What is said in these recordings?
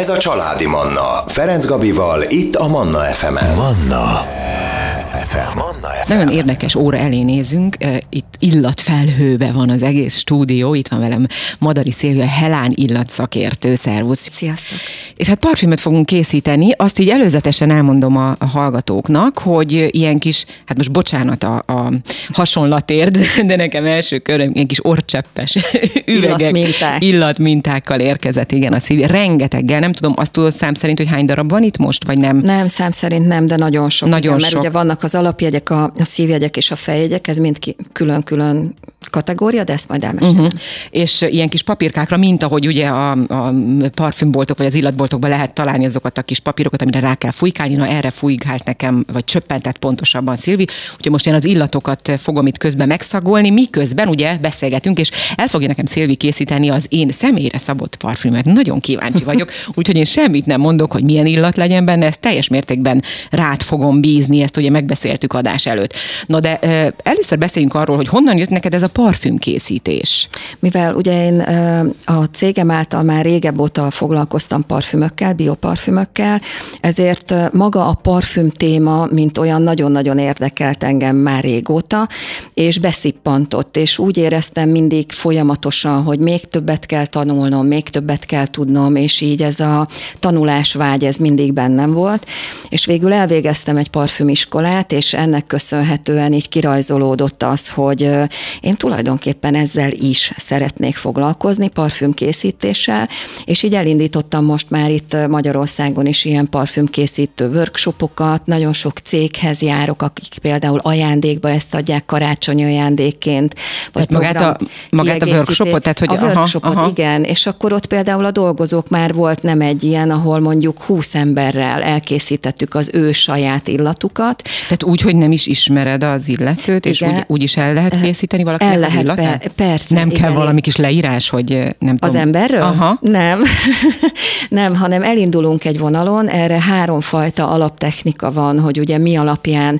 Ez a Családi Manna. Ferenc Gabival, itt a Manna FM-en. Manna FM. Nagyon érdekes óra elé nézünk, itt illatfelhőbe van az egész stúdió, itt van velem Madari Szilvia, Helán illatszakértő, szervusz. Sziasztok! És hát parfümöt fogunk készíteni, azt így előzetesen elmondom a hallgatóknak, hogy ilyen kis, hát most bocsánat a hasonlatért, de nekem első köröm ilyen kis orrcseppes üvegek, illatmintákkal érkezett, igen, a Szilvia, rengeteggel, nem tudom, azt tudod szám szerint, hogy hány darab van itt most, vagy nem? Nem, szám szerint nem, de nagyon sok. Nagyon igen, sok. Mert ugye vannak az alapjegyek, a szívjegyek és a fejjegyek, ez mind külön-külön kategória, de ezt majd elmesélem. És ilyen kis papírkákra, mint ahogy ugye a parfümboltok vagy az illatboltokban lehet találni azokat a kis papírokat, amire rá kell fújkálni, na erre fújkált nekem, vagy csöppentett pontosabban Szilvi, úgyhogy most én az illatokat fogom itt közben megszagolni, miközben ugye beszélgetünk, és el fogja nekem Szilvi készíteni az én személyre szabott parfümöt. Nagyon kíváncsi vagyok, úgyhogy én semmit nem mondok, hogy milyen illat legyen benne, ezt teljes mértékben rád fogom bízni, ezt ugye megbeszéltük adás előtt. Na de először beszéljünk arról, hogy honnan jött neked ez a parfümkészítés. Mivel ugye én a cégem által már régebb óta foglalkoztam parfümökkel, bioparfümökkel, ezért maga a parfüm téma, mint olyan nagyon-nagyon érdekelt engem már régóta, és beszippantott, és úgy éreztem mindig folyamatosan, hogy még többet kell tanulnom, még többet kell tudnom, és így ez a tanulásvágy, ez mindig bennem volt, és végül elvégeztem egy parfümiskolát, és ennek köszönhetően így kirajzolódott az, hogy én tulajdonképpen ezzel is szeretnék foglalkozni, parfümkészítéssel, és így elindítottam most már itt Magyarországon is ilyen parfümkészítő workshopokat, nagyon sok céghez járok, akik például ajándékba ezt adják karácsonyi ajándékként. Vagy magát a workshopot? Tehát, hogy a workshopot, igen, és akkor ott például a dolgozók már volt nem egy ilyen, ahol mondjuk 20 emberrel elkészítettük az ő saját illatukat. Tehát úgy, hogy nem is ismered az illetőt, és úgy is el lehet készíteni valakinek az illatát? Persze. Nem kell valami kis leírás, hogy nem tudom. Az emberről? Aha. Nem. Nem, hanem elindulunk egy vonalon, erre 3 fajta alaptechnika van, hogy ugye mi alapján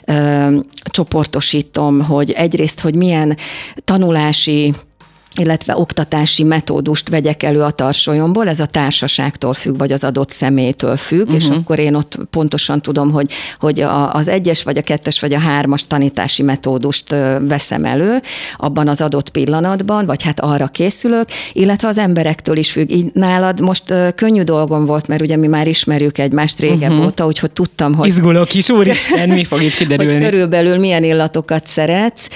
csoportosítom, hogy egyrészt, hogy milyen tanulási illetve oktatási metódust vegyek elő a tarsolyomból, ez a társaságtól függ, vagy az adott személytől függ, és akkor én ott pontosan tudom, hogy az 1-es, vagy a 2-es, vagy a 3-as tanítási metódust veszem elő abban az adott pillanatban, vagy hát arra készülök, illetve az emberektől is függ. Így nálad most könnyű dolgom volt, mert ugye mi már ismerjük egymást régebb óta, úgyhogy tudtam, hogy... Izgulok is, úristen, mi fog itt kiderülni? Hogy körülbelül milyen illatokat szeretsz,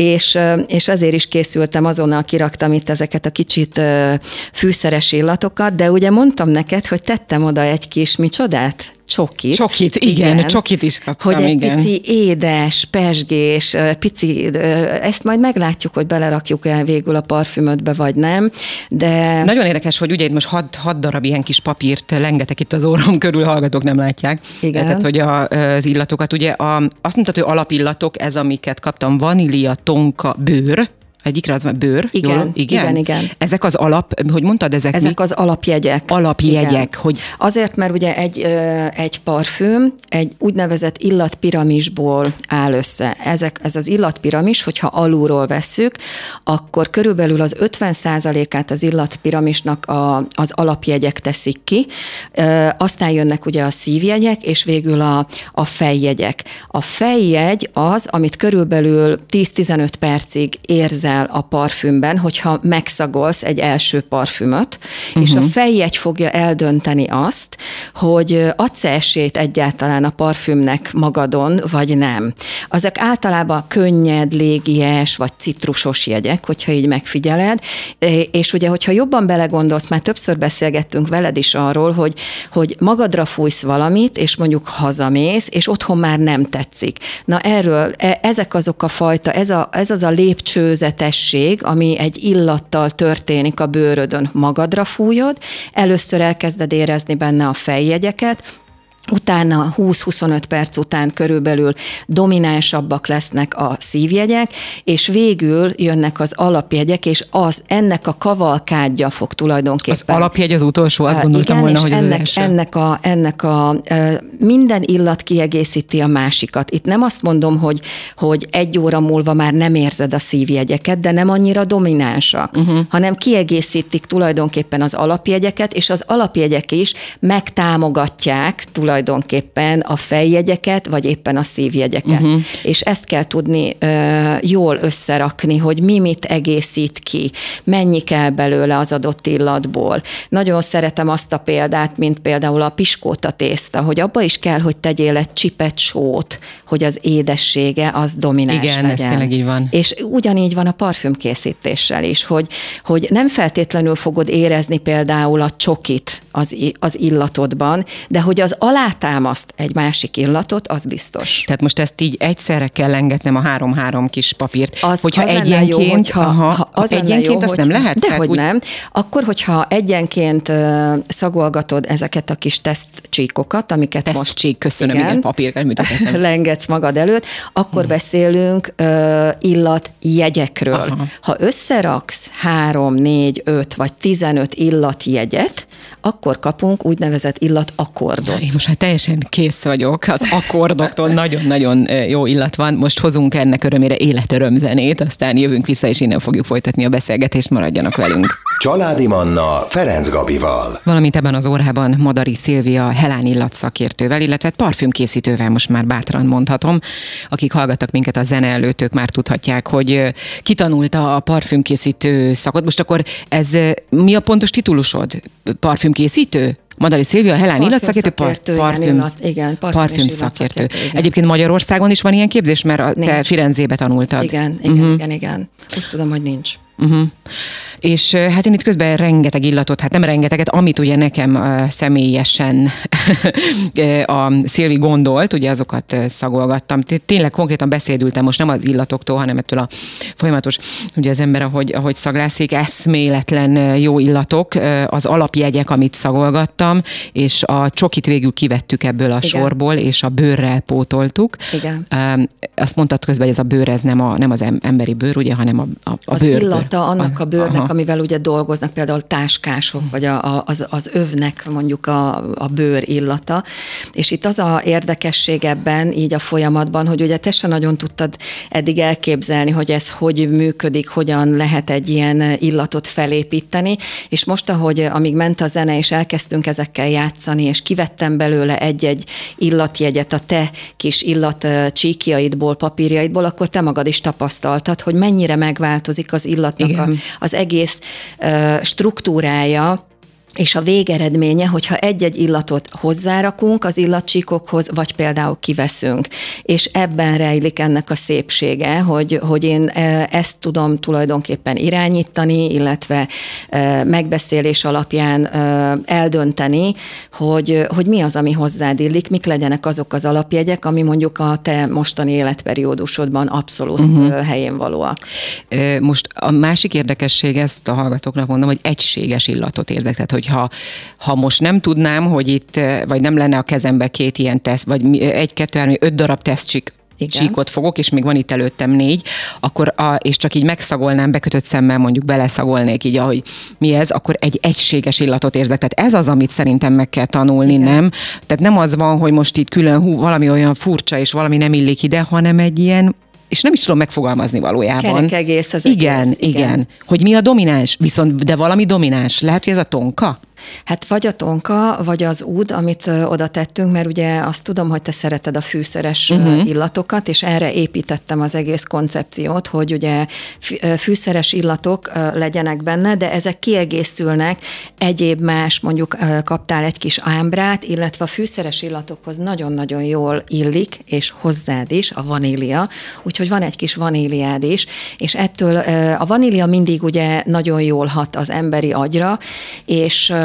és azért is készültem azonnal kiraktam itt ezeket a kicsit fűszeres illatokat, de ugye mondtam neked, hogy tettem oda egy kis micsodát? Csokit, igen, csokit is kaptam, hogy egy igen. pici édes, pezsgés, pici, ezt majd meglátjuk, hogy belerakjuk el végül a parfümödbe, vagy nem, de... Nagyon érdekes, hogy ugye itt most 6 darab ilyen kis papírt lengetek itt az orrom körül, hallgatók nem látják. Igen. Tehát, hogy az illatokat, ugye azt mondtad, hogy alapillatok, ez amiket kaptam, vanília, tonka, bőr, egyikre az van bőr. Igen, jól? igen. Ezek az hogy mondtad, ezek az alapjegyek. Alapjegyek, hogy... Azért, mert ugye egy parfüm egy úgynevezett illatpiramisból áll össze. Ez az illatpiramis, hogyha alulról vesszük, akkor körülbelül az 50%-át az illatpiramisnak az alapjegyek teszik ki, aztán jönnek ugye a szívjegyek, és végül a fejjegyek. A fejjegy az, amit körülbelül 10-15 percig érzel a parfümben, hogyha megszagolsz egy első parfümöt, és a fejjegy fogja eldönteni azt, hogy adsz esélyt egyáltalán a parfümnek magadon, vagy nem. Azok általában könnyed, légies, vagy citrusos jegyek, hogyha így megfigyeled, és ugye, hogyha jobban belegondolsz, már többször beszélgettünk veled is arról, hogy magadra fújsz valamit, és mondjuk hazamész, és otthon már nem tetszik. Na erről, ezek azok a fajta, ez az a lépcsőzetesség, ami egy illattal történik a bőrödön. Magadra fújod, először elkezded érezni benne a fejjegyeket, utána 20-25 perc után körülbelül dominánsabbak lesznek a szívjegyek, és végül jönnek az alapjegyek, és ennek a kavalkádja fog tulajdonképpen. Az alapjegy az utolsó, azt gondoltam volna, hogy ez az első. Ennek a minden illat kiegészíti a másikat. Itt nem azt mondom, hogy 1 óra múlva már nem érzed a szívjegyeket, de nem annyira dominánsak, hanem kiegészítik tulajdonképpen az alapjegyeket, és az alapjegyek is megtámogatják tulajdonképpen a fejjegyeket, vagy éppen a szívjegyeket. És ezt kell tudni jól összerakni, hogy mi mit egészít ki, mennyi kell belőle az adott illatból. Nagyon szeretem azt a példát, mint például a piskóta tészta, hogy abba is kell, hogy tegyél egy csipet sót, hogy az édessége az domináns legyen. Igen, ez tényleg így van. És ugyanígy van a parfümkészítéssel is, hogy nem feltétlenül fogod érezni például a csokit az illatodban, de hogy az alátámaszt egy másik illatot, az biztos. Tehát most ezt így egyszerre kell engednem a 3-3 kis papírt. Hogyha az egyenként, jó, az egyenként azt nem lehet? Dehogy nem. Akkor, hogyha egyenként szagolgatod ezeket a kis tesztcsíkokat, amiket tesztcsík, köszönöm, igen, papír, nem jutott eszembe. Lengetsz magad előtt, akkor beszélünk illatjegyekről. Aha. Ha összeraksz 3, 4, 5 vagy 15 illatjegyet, akkor kapunk úgynevezett illatakkordot. Én most már teljesen kész vagyok, az akkordoktól nagyon-nagyon jó illat van. Most hozunk ennek örömére életörömzenét, aztán jövünk vissza, és innen fogjuk folytatni a beszélgetést, maradjanak velünk. Családi Manna Ferenc Gabival. Valamint ebben az órában Madari Szilvia Helán illatszakértővel, illetve parfümkészítővel, most már bátran mondhatom. Akik hallgattak minket a zene előtt, ők már tudhatják, hogy kitanulta a parfümkészítő szakot. Most akkor mi a pontos titulusod? Parfümkészítő? Madari Szilvia Helán illatszakértő, parfüm szakértő. Egyébként Magyarországon is van ilyen képzés, mert te Firenzébe tanultad. Igen. Úgy tudom, hogy nincs. És hát én itt közben rengeteg illatot, hát nem rengeteget, amit ugye nekem személyesen a Szilvi gondolt, ugye azokat szagolgattam. Tényleg konkrétan beszédültem most nem az illatoktól, hanem ettől a folyamatos, ugye az ember, ahogy szaglászik, eszméletlen jó illatok, az alapjegyek, amit szagolgattam, és a csokit végül kivettük ebből a sorból, és a bőrrel pótoltuk. Igen. Azt mondtad közben, hogy ez a bőr, ez nem az emberi bőr, ugye, hanem a az bőr. Illata annak a bőrnek, amivel ugye dolgoznak, például táskások, vagy az övnek mondjuk a bőr illata. És itt az a érdekesség ebben, így a folyamatban, hogy ugye te se nagyon tudtad eddig elképzelni, hogy ez hogy működik, hogyan lehet egy ilyen illatot felépíteni, és most, amíg ment a zene, és elkezdtünk ezekkel játszani, és kivettem belőle egy-egy illatjegyet a te kis illat csíkjaidból, papírjaidból, akkor te magad is tapasztaltad, hogy mennyire megváltozik az illatnak az egész struktúrája, és a végeredménye, hogyha egy-egy illatot hozzárakunk az illatcsíkokhoz, vagy például kiveszünk. És ebben rejlik ennek a szépsége, hogy én ezt tudom tulajdonképpen irányítani, illetve megbeszélés alapján eldönteni, hogy mi az, ami hozzád illik, mik legyenek azok az alapjegyek, ami mondjuk a te mostani életperiódusodban abszolút helyén valóak. Most a másik érdekesség, ezt a hallgatóknak mondom, hogy egységes illatot érzek. Tehát, ha most nem tudnám, hogy itt, vagy nem lenne a kezembe 2 ilyen teszt, vagy 1, 2, 3, 5 darab tesztcsíkot fogok, és még van itt előttem 4, akkor és csak így megszagolnám, bekötött szemmel mondjuk beleszagolnék így, ahogy mi ez, akkor egy egységes illatot érzek. Tehát ez az, amit szerintem meg kell tanulni, nem? Tehát nem az van, hogy most itt külön valami olyan furcsa, és valami nem illik ide, hanem egy ilyen, és nem is tudom megfogalmazni valójában. Kerek egész az igen. Hogy mi a domináns, de valami domináns. Lehet, hogy ez a tonka? Hát vagy a tonka, vagy az úd, amit oda tettünk, mert ugye azt tudom, hogy te szereted a fűszeres illatokat, és erre építettem az egész koncepciót, hogy ugye fűszeres illatok legyenek benne, de ezek kiegészülnek egyéb más, mondjuk kaptál egy kis ámbrát, illetve a fűszeres illatokhoz nagyon-nagyon jól illik, és hozzád is a vanília, úgyhogy van egy kis vaníliád is, és ettől a vanília mindig ugye nagyon jól hat az emberi agyra, és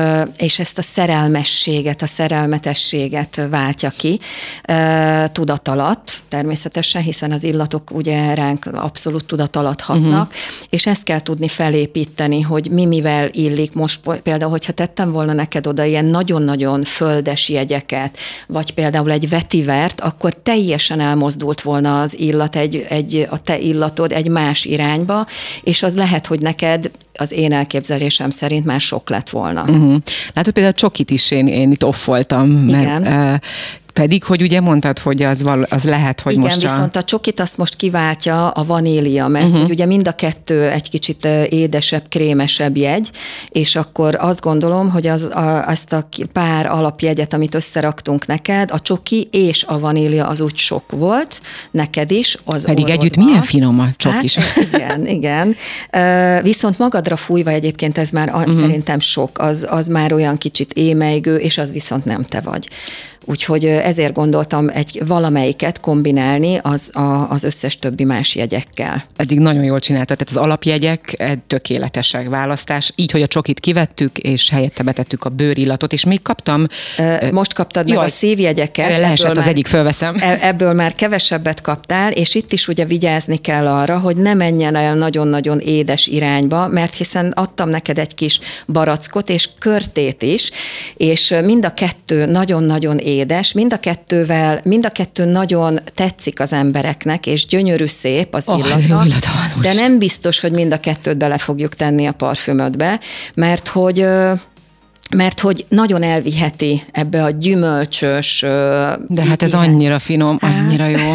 és ezt a szerelmességet, a szerelmetességet váltja ki tudat alatt, természetesen, hiszen az illatok ugye ránk abszolút tudat alatt hatnak, és ezt kell tudni felépíteni, hogy mi mivel illik. Most például, hogyha tettem volna neked oda ilyen nagyon-nagyon földes jegyeket, vagy például egy vetivert, akkor teljesen elmozdult volna az illat, a te illatod egy más irányba, és az lehet, hogy neked az én elképzelésem szerint már sok lett volna. Látod, például a csokit is én itt off voltam, mert pedig, hogy ugye mondtad, hogy az lehet, hogy igen, most viszont a csokit azt most kiváltja a vanília, mert hogy ugye mind a kettő egy kicsit édesebb, krémesebb jegy, és akkor azt gondolom, hogy ezt a pár alapjegyet, amit összeraktunk neked, a csoki és a vanília az úgy sok volt, neked is. Az pedig orrodban. Együtt milyen finom a csok is. Igen. Viszont magadra fújva egyébként ez már szerintem sok, az már olyan kicsit émelygő, és az viszont nem te vagy. Úgyhogy ezért gondoltam valamelyiket kombinálni az összes többi más jegyekkel. Eddig nagyon jól csináltad, tehát az alapjegyek tökéletesek választás, így, hogy a csokit kivettük, és helyette betettük a bőrillatot, és még kaptam... Most kaptad meg a szívjegyeket. Leesett az egyik, fölveszem. Ebből már kevesebbet kaptál, és itt is ugye vigyázni kell arra, hogy ne menjen el nagyon-nagyon édes irányba, mert hiszen adtam neked egy kis barackot, és körtét is, és mind a kettő nagyon-nagyon édes, mind a kettő nagyon tetszik az embereknek, és gyönyörű szép az illata, de nem biztos, hogy mind a kettőt bele fogjuk tenni a parfümödbe, mert hogy nagyon elviheti ebbe a gyümölcsös... De hát ez annyira finom, annyira jó.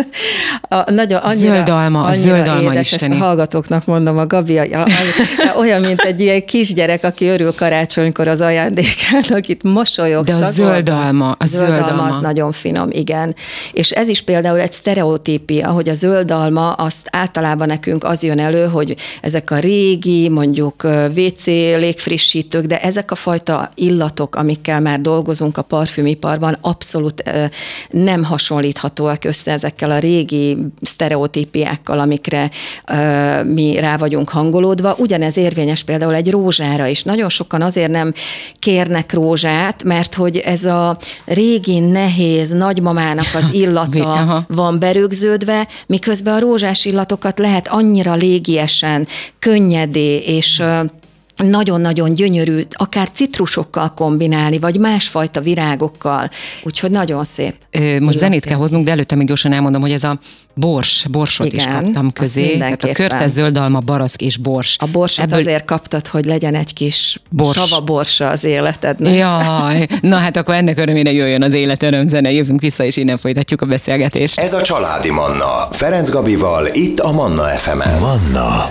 Zöld alma édes, isteni. Ezt a hallgatóknak mondom, a Gabi olyan, mint egy ilyen kisgyerek, aki örül karácsonykor az ajándékának, itt mosolyog. De a zöld alma az nagyon finom, igen. És ez is például egy sztereotípia, hogy a zöld alma, azt általában nekünk az jön elő, hogy ezek a régi, mondjuk WC légfrissítők, de ezek a fajta illatok, amikkel már dolgozunk a parfümiparban, abszolút nem hasonlíthatóak össze ezekkel a régi sztereotípiákkal, amikre mi rá vagyunk hangolódva. Ugyanez érvényes például egy rózsára is. Nagyon sokan azért nem kérnek rózsát, mert hogy ez a régi, nehéz nagymamának az illata van berögződve, miközben a rózsás illatokat lehet annyira légiesen, könnyedé és nagyon-nagyon gyönyörű, akár citrusokkal kombinálni, vagy másfajta virágokkal. Úgyhogy nagyon szép. Most zenét kell hoznunk, de előtte még gyorsan elmondom, hogy ez a borsot is kaptam közé. Tehát a körte, zöldalma, barack és bors. A borsot azért kaptad, hogy legyen egy kis savaborsa az életednek. Jaj, na hát akkor ennek örömére jöjjön az Élet öröm zene, jövünk vissza, és innen folytatjuk a beszélgetést. Ez a Családi Manna, Ferenc Gabival, itt a Manna FM-en. Manna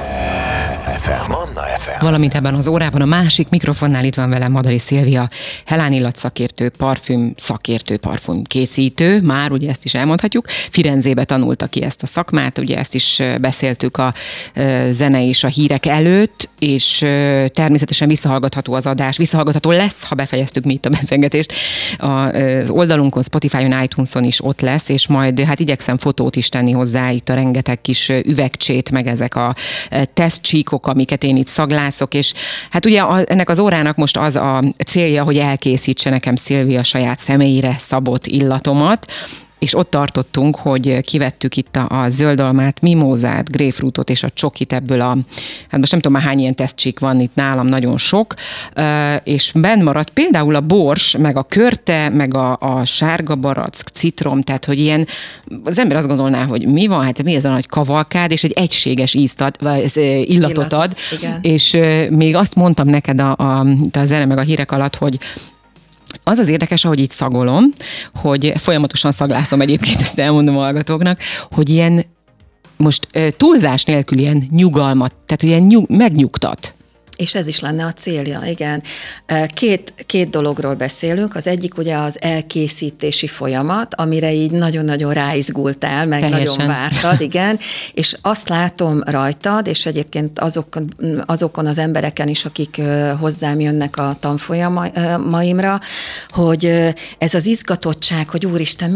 FM. Valamint ebben az órában a másik mikrofonnál itt van velem Madari Szilvia, Helán illatszakértő, parfüm szakértő, parfüm készítő, már ugye ezt is elmondhatjuk. Firenzébe tanulta ki ezt a szakmát, ugye ezt is beszéltük a zene és a hírek előtt, és természetesen visszahallgatható az adás, visszahallgatható lesz, ha befejeztük mi itt a beszélgetést. Az oldalunkon, Spotify-on, iTunes-on is ott lesz, és majd hát igyekszem fotót is tenni hozzá, itt a rengeteg kis üvegcsét, meg ezek a tesztcsíkok, amiket én itt szaglászok, és hát ugye ennek az órának most az a célja, hogy elkészítse nekem Szilvia saját személyre szabott illatomat, és ott tartottunk, hogy kivettük itt a zöldalmát, mimózát, grapefruitot és a csokit ebből hát most nem tudom már hány ilyen tesztcsík van itt nálam, nagyon sok, és benn maradt például a bors, meg a körte, meg a sárga barack, citrom, tehát hogy ilyen, az ember azt gondolná, hogy mi van, hát mi ez a nagy kavalkád, és egy egységes illatot ad, igen. És még azt mondtam neked a zene meg a hírek alatt, hogy az az érdekes, ahogy így szagolom, hogy folyamatosan szaglászom egyébként, ezt elmondom a hallgatóknak, hogy ilyen most túlzás nélkül ilyen nyugalmat, tehát ilyen megnyugtat. És ez is lenne a célja, igen. Két dologról beszélünk. Az egyik ugye az elkészítési folyamat, amire így nagyon-nagyon ráizgultál, meg teljesen. Nagyon vártad, igen. És azt látom rajtad, és egyébként azokon az embereken is, akik hozzám jönnek a tanfolyamaimra, hogy ez az izgatottság, hogy úristen,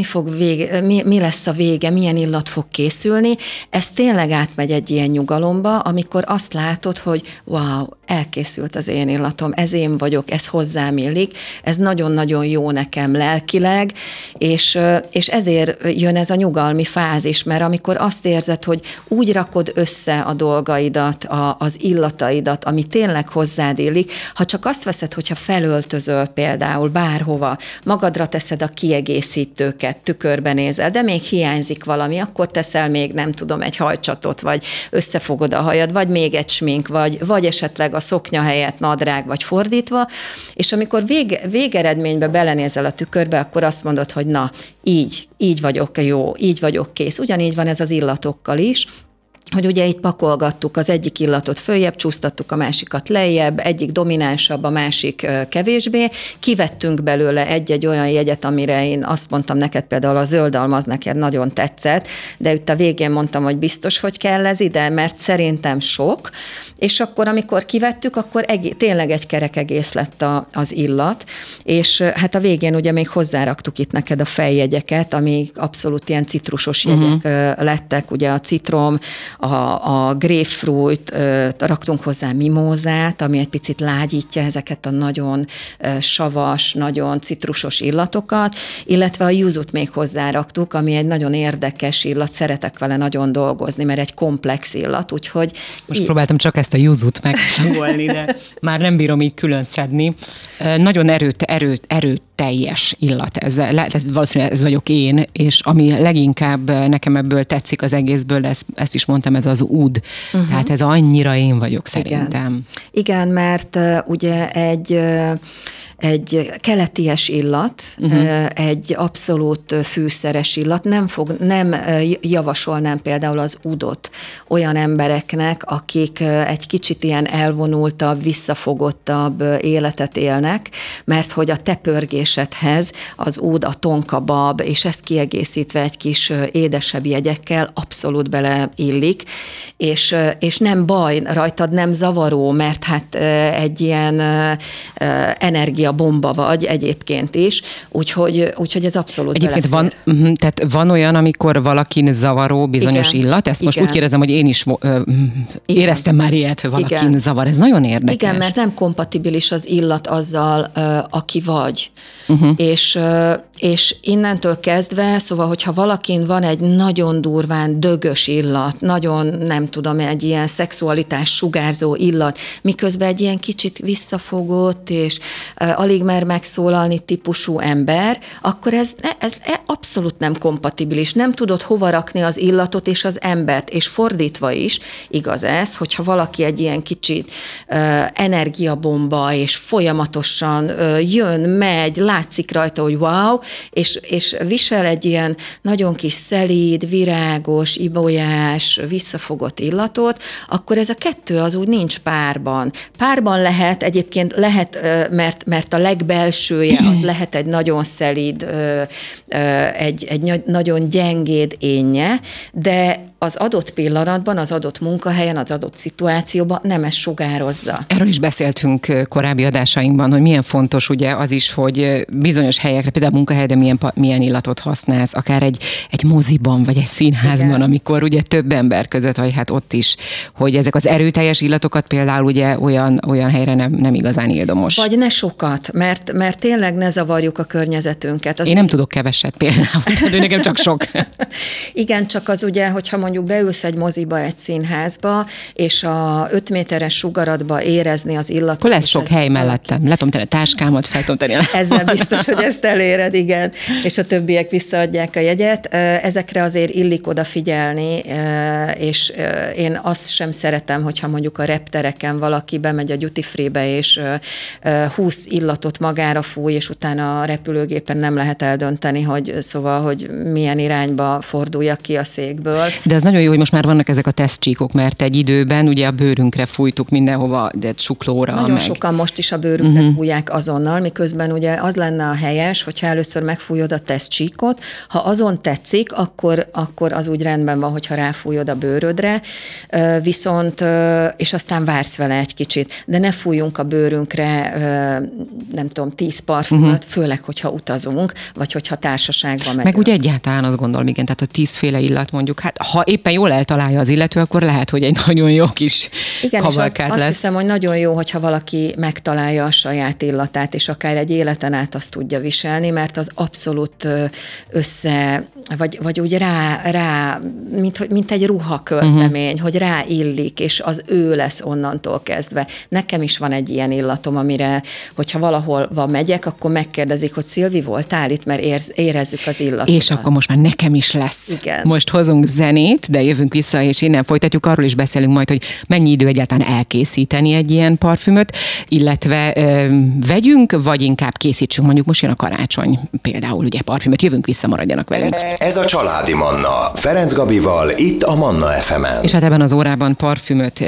mi lesz a vége, milyen illat fog készülni, ez tényleg átmegy egy ilyen nyugalomba, amikor azt látod, hogy wow, elkészült az én illatom, ez én vagyok, ez hozzám illik, ez nagyon-nagyon jó nekem lelkileg, és ezért jön ez a nyugalmi fázis, mert amikor azt érzed, hogy úgy rakod össze a dolgaidat, az illataidat, ami tényleg hozzád illik, ha csak azt veszed, hogyha felöltözöl például bárhova, magadra teszed a kiegészítőket, tükörben nézel, de még hiányzik valami, akkor teszel még, nem tudom, egy hajcsatot, vagy összefogod a hajad, vagy még egy smink, vagy esetleg a szoknya helyett nadrág, vagy fordítva, és amikor végeredménybe belenézel a tükörbe, akkor azt mondod, hogy na, így vagyok jó, így vagyok kész. Ugyanígy van ez az illatokkal is, hogy ugye itt pakolgattuk, az egyik illatot följebb csúsztattuk, a másikat lejjebb, egyik dominánsabb, a másik kevésbé. Kivettünk belőle egy-egy olyan jegyet, amire én azt mondtam neked, például a zöld almaz neked nagyon tetszett, de itt a végén mondtam, hogy biztos, hogy kell ez ide, mert szerintem sok, és akkor, amikor kivettük, akkor tényleg egy kerek egész lett az illat, és hát a végén ugye még hozzáraktuk itt neked a fejjegyeket, amik abszolút ilyen citrusos jegyek lettek, ugye a citrom, a grapefruit, raktunk hozzá mimózát, ami egy picit lágyítja ezeket a nagyon savas, nagyon citrusos illatokat, illetve a yuzut még hozzáraktuk, ami egy nagyon érdekes illat, szeretek vele nagyon dolgozni, mert egy komplex illat, úgyhogy... Most próbáltam csak ezt a yuzut megszagolni, de már nem bírom így külön szedni. Nagyon erőteljes illat ez. Valószínűleg ez vagyok én, és ami leginkább nekem ebből tetszik az egészből, de ezt is mondtam, ez az úd. Tehát ez annyira én vagyok szerintem. Igen, mert ugye egy keleties illat, egy abszolút fűszeres illat, nem javasolnám például az udot olyan embereknek, akik egy kicsit ilyen elvonultabb, visszafogottabb életet élnek, mert hogy a te pörgésedhez az úd, a tonkabab, és ezt kiegészítve egy kis édesebb jegyekkel abszolút beleillik, és nem baj, rajtad nem zavaró, mert hát egy ilyen energiabomba vagy egyébként is, úgyhogy ez abszolút egyébként tehát van olyan, amikor valakin zavaró bizonyos illat, ezt most úgy kérdezem, hogy én is éreztem már ilyet, hogy valakin zavar, ez nagyon érdekes. Igen, mert nem kompatibilis az illat azzal, aki vagy. És innentől kezdve, szóval, hogyha valakin van egy nagyon durván dögös illat, nagyon, nem tudom, egy ilyen szexualitás sugárzó illat, miközben egy ilyen kicsit visszafogott, és alig mer megszólalni típusú ember, akkor ez abszolút nem kompatibilis. Nem tudod hova rakni az illatot és az embert, és fordítva is igaz ez, hogyha valaki egy ilyen kicsit energiabomba, és folyamatosan jön, megy, látszik rajta, hogy wow, és visel egy ilyen nagyon kis szelíd, virágos, ibolyás, visszafogott illatot, akkor ez a kettő az úgy nincs párban. Párban lehet, egyébként lehet, mert a legbelsője az lehet egy nagyon szelíd, egy nagyon gyengéd énje, de az adott pillanatban, az adott munkahelyen, az adott szituációban nem ezt sugározza. Erről is beszéltünk korábbi adásainkban, hogy milyen fontos ugye az is, hogy bizonyos helyekre, például a munkahelyben milyen illatot használsz, akár egy moziban, vagy egy színházban, igen, amikor ugye több ember között, vagy hát ott is, hogy ezek az erőteljes illatokat például ugye olyan helyre nem igazán ildomos. Vagy ne sokat, mert tényleg ne zavarjuk a környezetünket. Én nem tudok keveset például, tehát nekem csak sok. Igen, csak az ugye, hogyha mondjuk beülsz egy moziba, egy színházba, és a 5 méteres sugaratba érezni az illatot. Akkor lesz sok hely mellettem. Le tudom tenni a táskámat, fel tudom tenni. Ezzel biztos, hogy ezt eléred, igen. És a többiek visszaadják a jegyet. Ezekre azért illik odafigyelni, és én azt sem szeretem, hogyha mondjuk a reptereken valaki bemegy a duty free-be, és 20 illatot magára fúj, és utána a repülőgépen nem lehet eldönteni, hogy milyen irányba forduljak ki a székből. De ez nagyon jó, hogy most már vannak ezek a tesztcsíkok, mert egy időben ugye a bőrünkre fújtuk mindenhova, de csuklóra. Nagyon sokan most is a bőrünkre fújják azonnal, miközben ugye az lenne a helyes, hogyha először megfújod a tesztcsíkot, ha azon tetszik, akkor az úgy rendben van, hogyha ráfújod a bőrödre, viszont, és aztán vársz vele egy kicsit, de ne fújjunk a bőrünkre, nem tudom, 10 parfümöt, főleg, hogyha utazunk, vagy hogyha társaságban megyünk. Meg ugye egyáltalán azt gondolom, igen, tehát a 10 féle illat mondjuk, hát ha éppen jól eltalálja az illető, akkor lehet, hogy egy nagyon jó kis kavalkád lesz. Azt hiszem, hogy nagyon jó, hogyha valaki megtalálja a saját illatát, és akár egy életen át azt tudja viselni, mert az abszolút vagy úgy rá mint egy ruhaköltemény, hogy ráillik, és az ő lesz onnantól kezdve. Nekem is van egy ilyen illatom, amire, hogyha valahol megyek, akkor megkérdezik, hogy Szilvi, voltál itt, mert érezzük az illatot. És akkor most már nekem is lesz. Igen. Most hozunk zenét, de jövünk vissza, és innen folytatjuk. Arról is beszélünk majd, hogy mennyi idő egyáltalán elkészíteni egy ilyen parfümöt, illetve vegyünk, vagy inkább készítsünk. Mondjuk most jön a karácsony, például ugye parfümöt. Jövünk vissza, maradjanak velünk. Ez a Családi Manna. Ferenc Gabival, itt a Manna FM-en. És hát ebben az órában parfümöt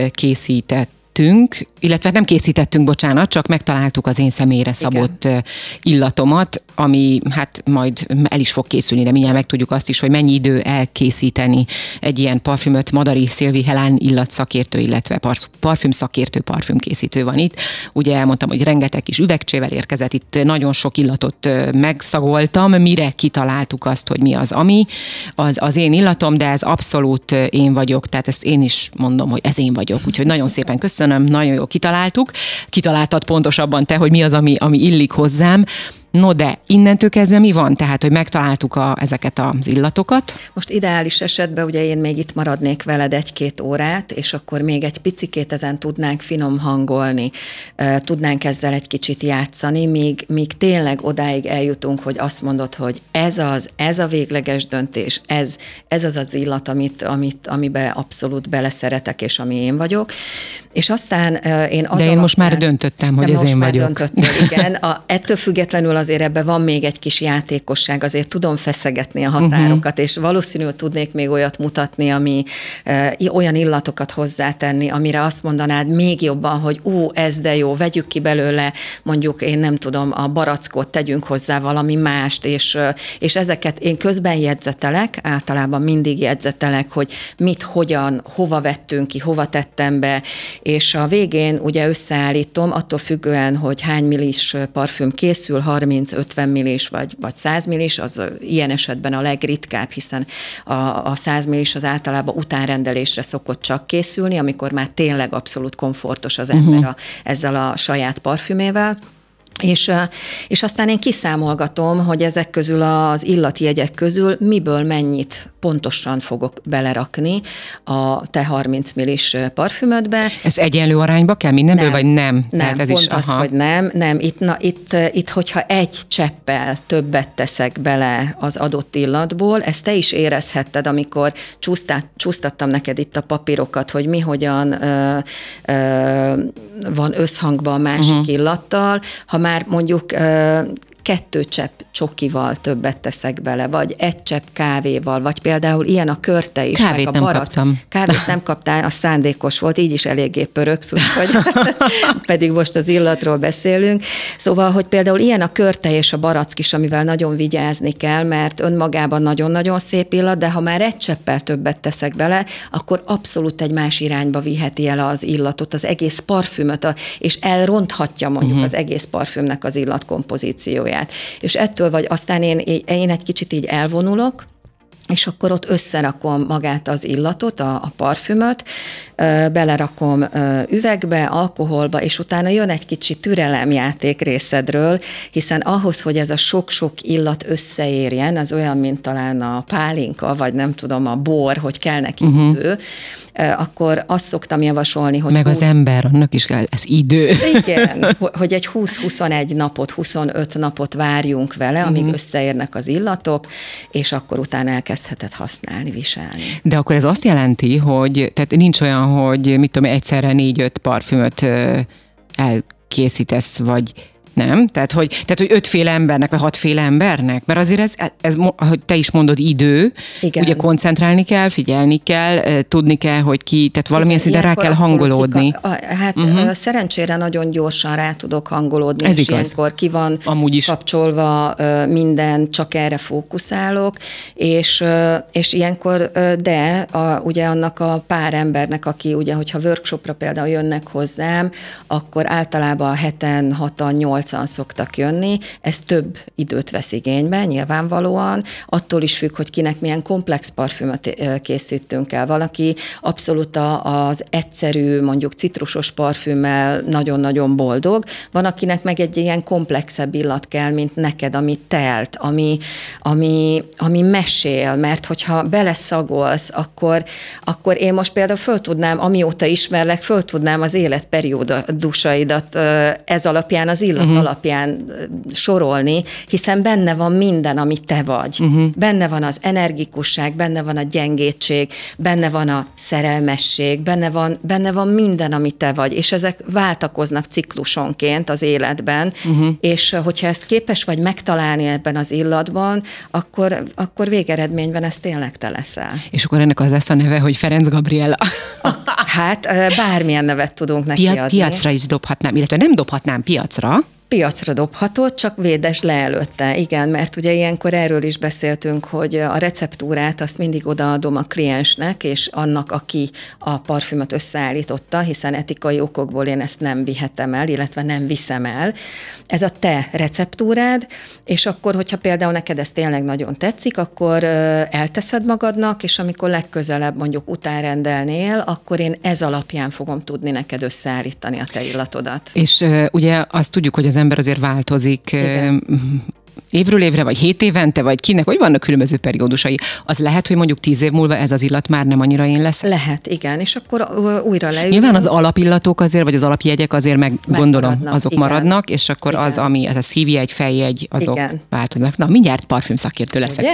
illetve nem készítettünk, bocsánat, csak megtaláltuk az én személyre szabott illatomat, ami hát majd el is fog készülni, de mindjárt megtudjuk azt is, hogy mennyi idő elkészíteni egy ilyen parfümöt. Madari Szilvi Helán illatszakértő, illetve parfümszakértő, parfümkészítő van itt. Ugye elmondtam, hogy rengeteg kis üvegcsével érkezett, itt nagyon sok illatot megszagoltam, mire kitaláltuk azt, hogy mi az, ami az én illatom, de ez abszolút én vagyok, tehát ezt én is mondom, hogy ez én vagyok, úgyhogy nagyon szépen köszönöm, nagyon jól kitaláltuk. Kitaláltad pontosabban te, hogy mi az, ami illik hozzám. No de innentől kezdve mi van? Tehát, hogy megtaláltuk ezeket az illatokat? Most ideális esetben ugye én még itt maradnék veled 1-2 órát, és akkor még egy picikét ezen tudnánk finom hangolni, tudnánk ezzel egy kicsit játszani, míg tényleg odáig eljutunk, hogy azt mondod, hogy ez a végleges döntés, ez az illat, amiben abszolút beleszeretek, és ami én vagyok. És aztán én most már döntöttem, hogy ez én vagyok. Döntöttél, igen. Ettől függetlenül azért ebben van még egy kis játékosság, azért tudom feszegetni a határokat, és valószínűleg tudnék még olyat mutatni, olyan illatokat hozzátenni, amire azt mondanád még jobban, hogy ez de jó, vegyük ki belőle, mondjuk én nem tudom, a barackot, tegyünk hozzá valami mást, és ezeket én közben jegyzetelek, általában mindig jegyzetelek, hogy mit, hogyan, hova vettünk ki, hova tettem be, és a végén ugye összeállítom, attól függően, hogy hány millis parfüm készül, 30-50 millis vagy 100 millis, az ilyen esetben a legritkább, hiszen a 100 millis az általában utánrendelésre szokott csak készülni, amikor már tényleg abszolút komfortos az ember ezzel a saját parfümével. És aztán én kiszámolgatom, hogy ezek közül az illatjegyek közül miből mennyit pontosan fogok belerakni a te 30 millis parfümödbe. Ez egyenlő arányba kell mindenből, vagy nem? Nem, tehát ez pont is, az, hogy nem. Itt, hogyha egy cseppel többet teszek bele az adott illatból, ezt te is érezhetted, amikor csúsztattam neked itt a papírokat, hogy mi hogyan van összhangban a másik illattal, ha már mondjuk 2 csepp csokival többet teszek bele, vagy 1 csepp kávéval, vagy például ilyen a körte is. Kávét nem kaptam. Kávét nem kaptál, az szándékos volt, így is eléggé pöröksz, úgyhogy pedig most az illatról beszélünk. Szóval, hogy például ilyen a körte és a barack is, amivel nagyon vigyázni kell, mert önmagában nagyon-nagyon szép illat, de ha már 1 cseppel többet teszek bele, akkor abszolút egy más irányba viheti el az illatot, az egész parfümöt, és elronthatja mondjuk az egész parfümnek az illatkompozícióját. És ettől vagy aztán én egy kicsit így elvonulok, és akkor ott összerakom magát az illatot, a parfümöt, belerakom üvegbe, alkoholba, és utána jön egy kicsi türelemjáték részedről, hiszen ahhoz, hogy ez a sok-sok illat összeérjen, az olyan, mint talán a pálinka, vagy nem tudom, a bor, hogy kell neki idő, akkor azt szoktam javasolni, hogy... Meg az ember, annak is kell, ez idő. Igen, hogy egy 20-21 napot, 25 napot várjunk vele, amíg összeérnek az illatok, és akkor utána elkezdheted használni, viselni. De akkor ez azt jelenti, hogy tehát nincs olyan, hogy mit tudom, egyszerre 4-5 parfümöt elkészítesz, vagy nem? Tehát, hogy 5 féle embernek, vagy 6 féle embernek? Mert azért ez, ahogy te is mondod, idő, igen. Ugye koncentrálni kell, figyelni kell, tudni kell, hogy tehát valamilyen szinten rá kell hangolódni. Szerencsére nagyon gyorsan rá tudok hangolódni, ez és igaz. ilyenkor ki van kapcsolva minden, csak erre fókuszálok, és ilyenkor, ugye annak a pár embernek, aki ugye, hogyha workshopra például jönnek hozzám, akkor általában 7-en, 6-an, 8 7-8-an szoktak jönni, ez több időt vesz igénybe, nyilvánvalóan, attól is függ, hogy kinek milyen komplex parfümöt készítünk el. Valaki abszolút az egyszerű, mondjuk citrusos parfümmel nagyon-nagyon boldog, van, akinek meg egy ilyen komplexebb illat kell, mint neked, ami telt, ami mesél, mert hogyha beleszagolsz, akkor én most például föl tudnám, amióta ismerlek, föl tudnám az életperiódusaidat ez alapján, az illat alapján sorolni, hiszen benne van minden, ami te vagy. Benne van az energikusság, benne van a gyengétség, benne van a szerelmesség, benne van minden, ami te vagy, és ezek váltakoznak ciklusonként az életben, és hogyha ezt képes vagy megtalálni ebben az illatban, akkor végeredményben ez tényleg te leszel. És akkor ennek az lesz a neve, hogy Ferenc Gabriella. Hát bármilyen nevet tudunk neki adni. Piacra is dobhatnám, illetve nem dobhatnám piacra. Piacra dobhatod, csak védesd le előtte. Igen, mert ugye ilyenkor erről is beszéltünk, hogy a receptúrát azt mindig odaadom a kliensnek, és annak, aki a parfümöt összeállította, hiszen etikai okokból én ezt nem vihetem el, illetve nem viszem el. Ez a te receptúrád, és akkor, hogyha például neked ez tényleg nagyon tetszik, akkor elteszed magadnak, és amikor legközelebb mondjuk utánrendelnél, akkor én ez alapján fogom tudni neked összeállítani a te illatodat. És ugye azt tudjuk, hogy az ember azért változik. Igen. Évről évre, vagy 7 évente, vagy kinek, vagy vannak különböző periódusai. Az lehet, hogy mondjuk 10 év múlva ez az illat már nem annyira én lesz? Lehet, igen, és akkor újra leülünk. Nyilván az alapillatok azért, vagy az alapjegyek azért gondolom, azok igen. maradnak, és akkor igen. az, ami ez a szívjegy, fejjegy, azok igen. változnak. Na, mindjárt parfümszakértő leszek.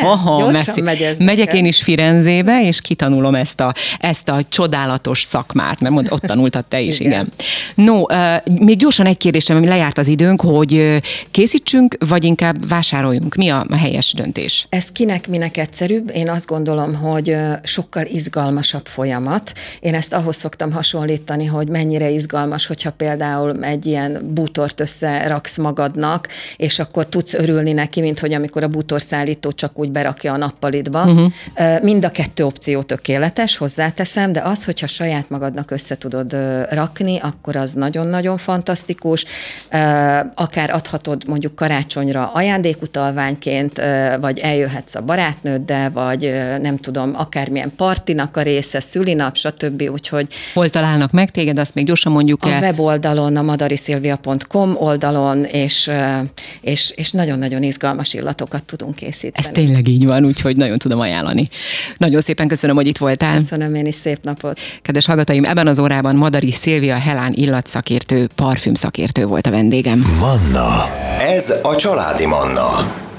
Megyek én is Firenzébe, és kitanulom ezt a csodálatos szakmát, mert ott tanultad te is, igen. No, még gyorsan egy kérdésem, ami lejárt az időnk, hogy készítsünk, vagy inkább vásároljunk. Mi a helyes döntés? Ez kinek minek egyszerűbb. Én azt gondolom, hogy sokkal izgalmasabb folyamat. Én ezt ahhoz szoktam hasonlítani, hogy mennyire izgalmas, hogyha például egy ilyen bútort összeraksz magadnak, és akkor tudsz örülni neki, mint hogy amikor a bútorszállító csak úgy berakja a nappalitba. Mind a kettő opció tökéletes, hozzáteszem, de az, hogyha saját magadnak össze tudod rakni, akkor az nagyon-nagyon fantasztikus. Akár adhatod mondjuk karácsonyra ajándékutalványként, vagy eljöhetsz a barátnőddel, vagy nem tudom, akármilyen partinak a része, szülinap, stb. Úgyhogy... Hol találnak meg téged, azt még gyorsan mondjuk el? A weboldalon, a madarisilvia.com oldalon, és nagyon-nagyon izgalmas illatokat tudunk készíteni. Ez tényleg így van, úgyhogy nagyon tudom ajánlani. Nagyon szépen köszönöm, hogy itt voltál. Köszönöm én is, szép napot. Kedves hallgatóim, ebben az órában Madari Szilvia Helán illatszakértő, parfümszakértő volt a vendégem. Manna. Ez a Családi Manna.